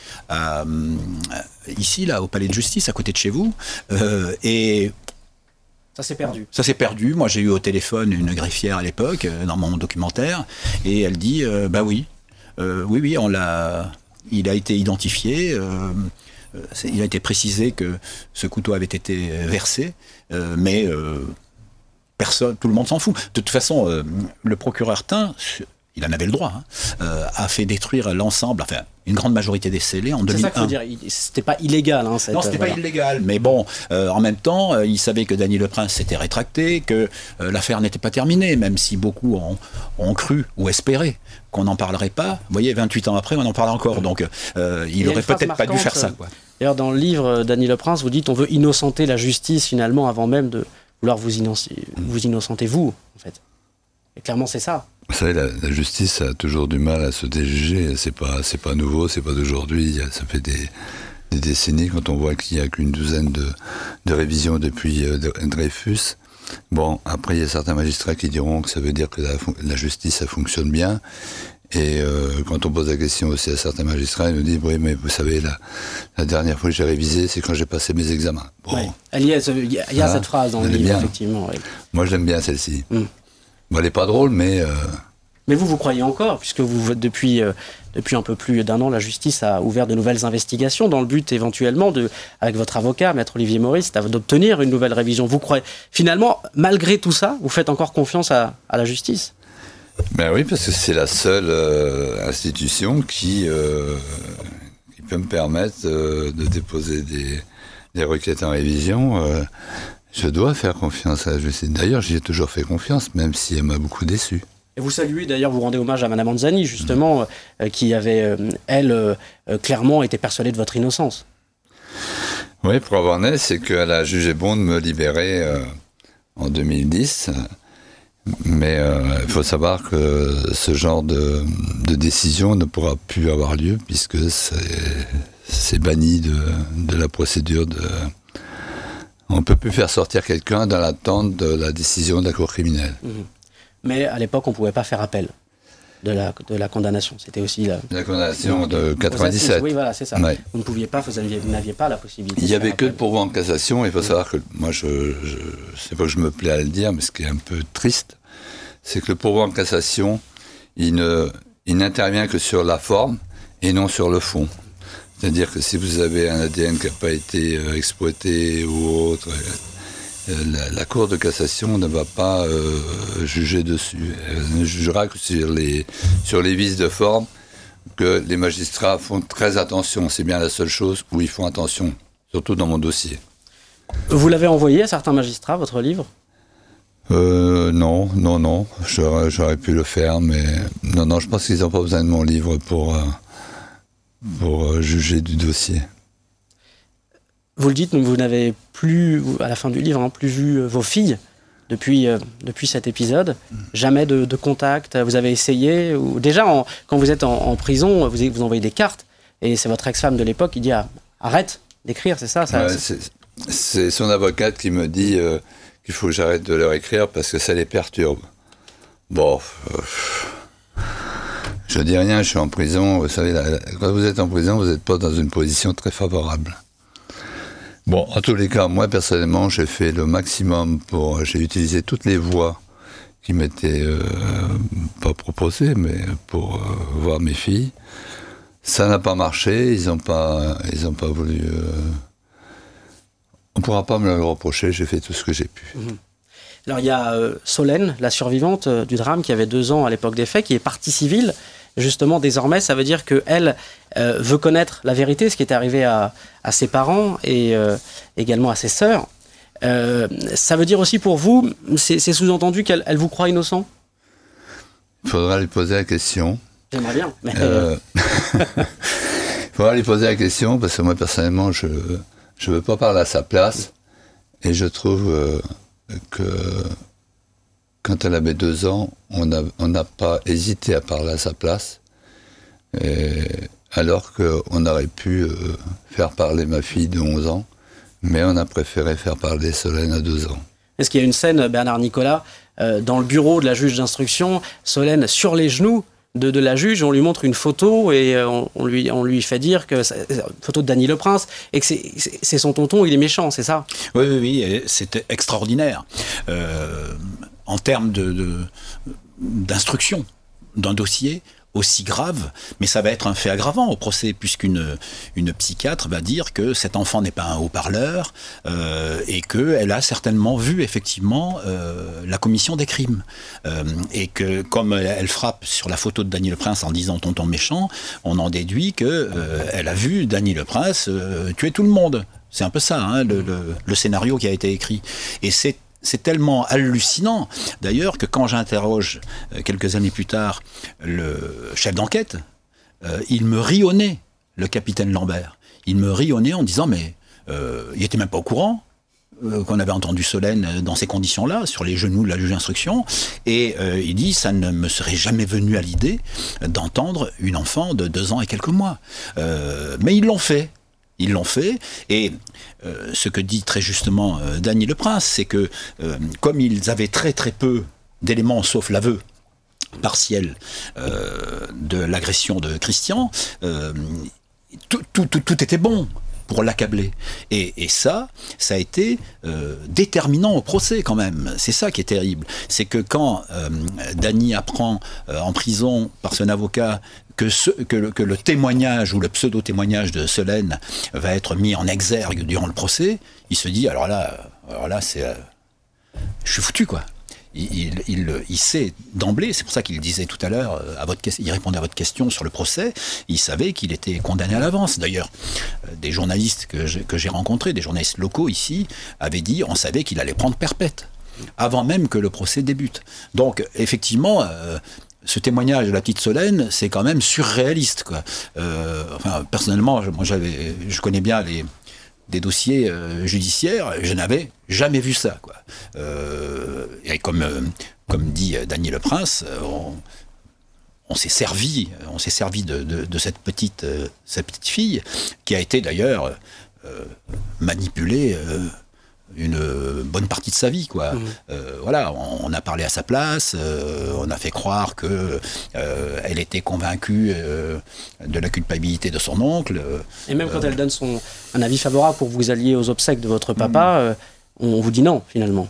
ici, là, au palais de justice, à côté de chez vous. Et ça s'est perdu. Ça s'est perdu. Moi, j'ai eu au téléphone une greffière à l'époque, dans mon documentaire, et elle dit bah oui, oui, il a été identifié. Il a été précisé que ce couteau avait été versé, mais personne, tout le monde s'en fout. De toute façon, le procureur Tin, il en avait le droit, a fait détruire l'ensemble, enfin une grande majorité des scellés en 2001. C'est ça qu'il faut dire, c'était pas illégal. Non, c'était pas illégal, mais bon, en même temps, il savait que Dany Le Prince s'était rétracté, que l'affaire n'était pas terminée, même si beaucoup ont cru ou espéré qu'on n'en parlerait pas. Vous voyez, 28 ans après, on en parle encore, donc il aurait peut-être pas dû faire ça, quoi. D'ailleurs, dans le livre Dany Le Prince, vous dites on veut innocenter la justice finalement avant même de vouloir vous innocenter vous, en fait. Et clairement, c'est ça. Vous savez, la justice a toujours du mal à se déjuger. C'est pas nouveau, c'est pas d'aujourd'hui. Ça fait des décennies, quand on voit qu'il n'y a qu'une douzaine de révisions depuis Dreyfus. Bon, après, il y a certains magistrats qui diront que ça veut dire que la justice, ça fonctionne bien. Et quand on pose la question aussi à certains magistrats, ils nous disent « Oui, mais vous savez, la dernière fois que j'ai révisé, c'est quand j'ai passé mes examens. » Bon. Ouais. Il y a cette phrase dans le livre, effectivement. Oui. Moi, je l'aime bien, celle-ci. Bon, elle n'est pas drôle, mais... Mais vous croyez encore, puisque depuis un peu plus d'un an, la justice a ouvert de nouvelles investigations dans le but éventuellement, avec votre avocat, Maître Olivier Maurice, d'obtenir une nouvelle révision. Vous croyez, finalement, malgré tout ça, vous faites encore confiance à la justice ? Ben oui, parce que c'est la seule institution qui peut me permettre de déposer des requêtes en révision. Je dois faire confiance à la justice. D'ailleurs, j'y ai toujours fait confiance, même si elle m'a beaucoup déçu. Et vous saluez, d'ailleurs, vous rendez hommage à Madame Anzani, justement, qui avait, elle, clairement été persuadée de votre innocence. Oui, pour avoir net, c'est qu'elle a jugé bon de me libérer en 2010. Mais il faut savoir que ce genre de décision ne pourra plus avoir lieu, puisque c'est banni de la procédure de... On ne peut plus faire sortir quelqu'un dans l'attente de la décision de la Cour criminelle. Mais à l'époque, on ne pouvait pas faire appel de la condamnation. C'était aussi la condamnation de 97. Oui, voilà, c'est ça. Ouais. Vous ne pouviez pas, vous n'aviez pas la possibilité. Il n'y avait que le pourvoi en cassation. Il faut savoir que moi, c'est pas que je me plais à le dire, mais ce qui est un peu triste, c'est que le pourvoi en cassation, il n'intervient que sur la forme et non sur le fond. C'est-à-dire que si vous avez un ADN qui n'a pas été exploité ou autre, la Cour de cassation ne va pas juger dessus. Elle ne jugera que sur les vices de forme, que les magistrats font très attention. C'est bien la seule chose où ils font attention, surtout dans mon dossier. Vous l'avez envoyé à certains magistrats, votre livre ? Non. J'aurais pu le faire, mais non, je pense qu'ils n'ont pas besoin de mon livre pour juger du dossier. Vous le dites, vous n'avez plus, à la fin du livre, plus vu vos filles. depuis cet épisode. Jamais de contact. Vous avez essayé ou déjà quand vous êtes en prison, vous envoyez des cartes et c'est votre ex-femme de l'époque qui dit arrête d'écrire, c'est ça, ouais, c'est son avocate qui me dit qu'il faut que j'arrête de leur écrire parce que ça les perturbe. Bon, je dis rien, je suis en prison. Vous savez, quand vous êtes en prison, vous n'êtes pas dans une position très favorable. Bon, en tous les cas, moi personnellement, j'ai fait le maximum j'ai utilisé toutes les voies qui m'étaient pas proposées, mais pour voir mes filles. Ça n'a pas marché, ils n'ont pas voulu. On ne pourra pas me le reprocher, j'ai fait tout ce que j'ai pu. Alors il y a Solène, la survivante du drame, qui avait 2 ans à l'époque des faits, qui est partie civile. Justement, désormais, ça veut dire qu'elle veut connaître la vérité, ce qui est arrivé à ses parents et également à ses sœurs. Ça veut dire aussi pour vous, c'est sous-entendu qu'elle vous croit innocent ? Il faudra lui poser la question. J'aimerais bien. Mais... Il faudra lui poser la question, parce que moi, personnellement, je ne veux pas parler à sa place. Et je trouve que quand elle avait 2 ans, on n'a pas hésité à parler à sa place. Alors qu'on aurait pu faire parler ma fille de 11 ans, mais on a préféré faire parler Solène à 2 ans. Est-ce qu'il y a une scène, Bernard Nicolas, dans le bureau de la juge d'instruction, Solène sur les genoux de la juge, on lui montre une photo et on lui fait dire que c'est une photo de Dany Le Prince et que c'est son tonton, il est méchant, c'est ça ? Oui, c'était extraordinaire. En termes d'instruction d'un dossier aussi grave, mais ça va être un fait aggravant au procès, puisqu'une psychiatre va dire que cet enfant n'est pas un haut-parleur et qu'elle a certainement vu effectivement la commission des crimes. Et que comme elle frappe sur la photo de Dany Le Prince en disant « tonton méchant », on en déduit qu'elle a vu Dany Le Prince tuer tout le monde. C'est un peu ça, hein, le scénario qui a été écrit. Et c'est tellement hallucinant, d'ailleurs, que quand j'interroge quelques années plus tard le chef d'enquête, il me rit au nez, le capitaine Lambert. Il me rit au nez en disant « mais il n'était même pas au courant qu'on avait entendu Solène dans ces conditions-là, sur les genoux de la juge d'instruction. » Et il dit « ça ne me serait jamais venu à l'idée d'entendre une enfant de 2 ans et quelques mois. » Mais ils l'ont fait. Ils l'ont fait, et ce que dit très justement Dany Le Prince, c'est que comme ils avaient très très peu d'éléments, sauf l'aveu partiel de l'agression de Christian, tout était bon pour l'accabler. Et ça a été déterminant au procès quand même. C'est ça qui est terrible. C'est que quand Dany apprend en prison par son avocat que le témoignage ou le pseudo-témoignage de Solène va être mis en exergue durant le procès, il se dit, alors là c'est... je suis foutu, quoi. Il sait d'emblée, c'est pour ça qu'il disait tout à l'heure, il répondait à votre question sur le procès, il savait qu'il était condamné à l'avance. D'ailleurs, des journalistes que j'ai rencontrés, des journalistes locaux ici, avaient dit, on savait qu'il allait prendre perpète, avant même que le procès débute. Donc, effectivement... ce témoignage de la petite Solène, c'est quand même surréaliste, quoi. Personnellement, moi, je connais bien des dossiers judiciaires, je n'avais jamais vu ça, quoi. Et comme dit Dany Le Prince, on s'est servi de cette petite fille qui a été d'ailleurs manipulée. Une bonne partie de sa vie, quoi. Voilà, on a parlé à sa place, on a fait croire que elle était convaincue de la culpabilité de son oncle. Et même quand elle donne un avis favorable pour que vous alliez aux obsèques de votre papa, on vous dit non, finalement.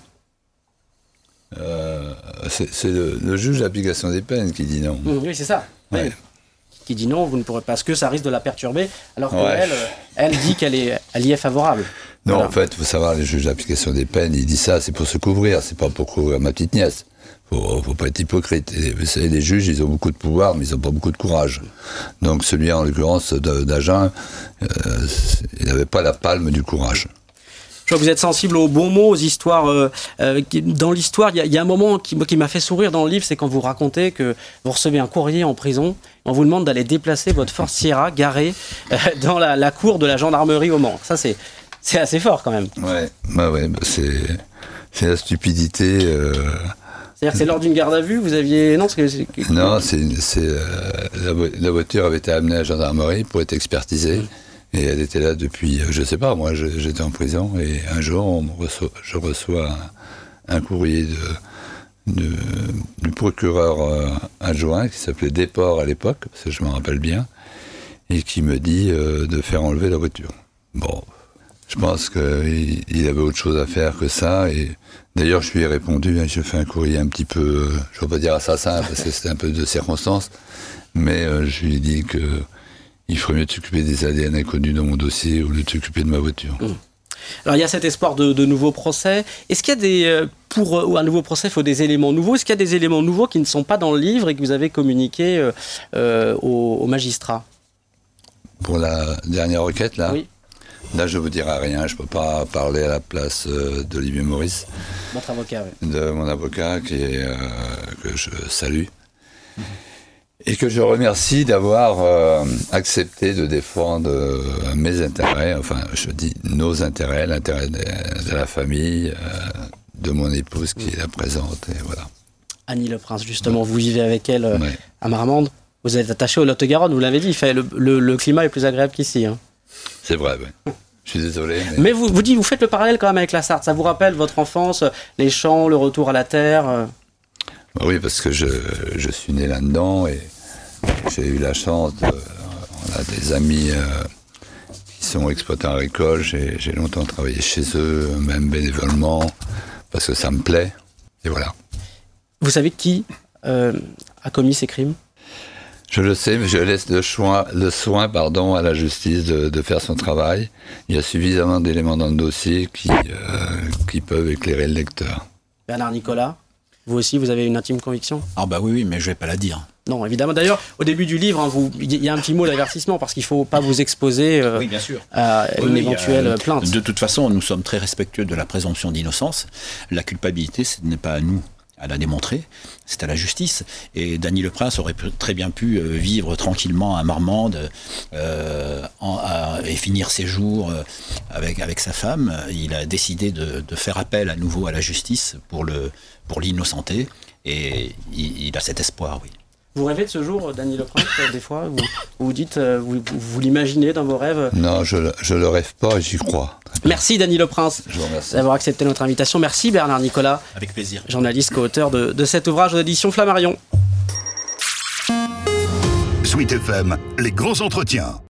C'est le juge d'application des peines qui dit non. Oui, c'est ça. Ouais. Oui. Qui dit non, vous ne pourrez pas, parce que ça risque de la perturber, alors qu'elle elle dit qu'elle y est favorable. Non, voilà. En fait, il faut savoir, les juges d'application des peines, il dit ça, c'est pour se couvrir, c'est pas pour couvrir ma petite nièce. Faut pas être hypocrite. Et vous savez, les juges, ils ont beaucoup de pouvoir, mais ils n'ont pas beaucoup de courage. Donc celui, en l'occurrence, d'Agen, il n'avait pas la palme du courage. Je vois que vous êtes sensible aux bons mots, aux histoires. Dans l'histoire, il y a un moment qui m'a fait sourire dans le livre, c'est quand vous racontez que vous recevez un courrier en prison, on vous demande d'aller déplacer votre Ford Sierra garé dans la cour de la gendarmerie au Mans. Ça, c'est assez fort quand même. Ouais, C'est la stupidité. C'est-à-dire que c'est lors d'une garde à vue, vous aviez... Non, Non, la voiture avait été amenée à la gendarmerie pour être expertisée. Et elle était là depuis, je sais pas, moi j'étais en prison. Et un jour, je reçois un courrier du procureur adjoint qui s'appelait Desport à l'époque, parce que je m'en rappelle bien, et qui me dit de faire enlever la voiture. Bon, je pense qu'il avait autre chose à faire que ça. Et d'ailleurs, je lui ai répondu, je fais un courrier un petit peu, je ne vais pas dire assassin, parce que c'était un peu de circonstance, mais je lui ai dit qu'il ferait mieux de s'occuper des ADN inconnus dans mon dossier au lieu de s'occuper de ma voiture. Alors il y a cet espoir de nouveaux procès. Est-ce qu'il y a pour un nouveau procès, il faut des éléments nouveaux. Est-ce qu'il y a des éléments nouveaux qui ne sont pas dans le livre et que vous avez communiqués au magistrat ? Pour la dernière requête, là ? Oui. Là, je ne vous dirai rien. Je ne peux pas parler à la place d'Olivier Maurice. Votre avocat, oui. De mon avocat, que je salue. Et que je remercie d'avoir accepté de défendre mes intérêts, enfin, je dis nos intérêts, l'intérêt de la famille, de mon épouse qui est là présente, et voilà. Annie Leprince, justement, vous vivez avec elle à Marmande. Vous êtes attaché au Lot-et-Garonne, vous l'avez dit, le climat est plus agréable qu'ici. Hein. C'est vrai, oui. Je suis désolé. Mais vous faites le parallèle quand même avec la Sarthe. Ça vous rappelle votre enfance, les champs, le retour à la terre Oui, parce que je suis né là-dedans et j'ai eu la chance on a des amis qui sont exploitants agricoles. J'ai longtemps travaillé chez eux, même bénévolement, parce que ça me plaît. Et voilà. Vous savez qui a commis ces crimes ? Je le sais, mais je laisse le soin à la justice de faire son travail. Il y a suffisamment d'éléments dans le dossier qui peuvent éclairer le lecteur. Bernard Nicolas, vous aussi, vous avez une intime conviction ? Ah bah oui, mais je vais pas la dire. Non, évidemment. D'ailleurs, au début du livre, il y a un petit mot d'avertissement parce qu'il ne faut pas vous exposer oui, bien sûr. À une éventuelle plainte. De toute façon, nous sommes très respectueux de la présomption d'innocence. La culpabilité, ce n'est pas à nous à la démontrer, c'est à la justice. Et Dany Leprince aurait très bien pu vivre tranquillement à Marmande et finir ses jours avec sa femme. Il a décidé de faire appel à nouveau à la justice pour l'innocenter, et il a cet espoir, oui. Vous rêvez de ce jour, Dany Leprince, des fois vous dites, vous l'imaginez dans vos rêves ? Non, je le rêve pas et j'y crois. Merci Dany Leprince d'avoir accepté notre invitation. Merci Bernard Nicolas. Avec plaisir. Journaliste co-auteur de cet ouvrage aux éditions Flammarion. Sweet FM, les grands entretiens.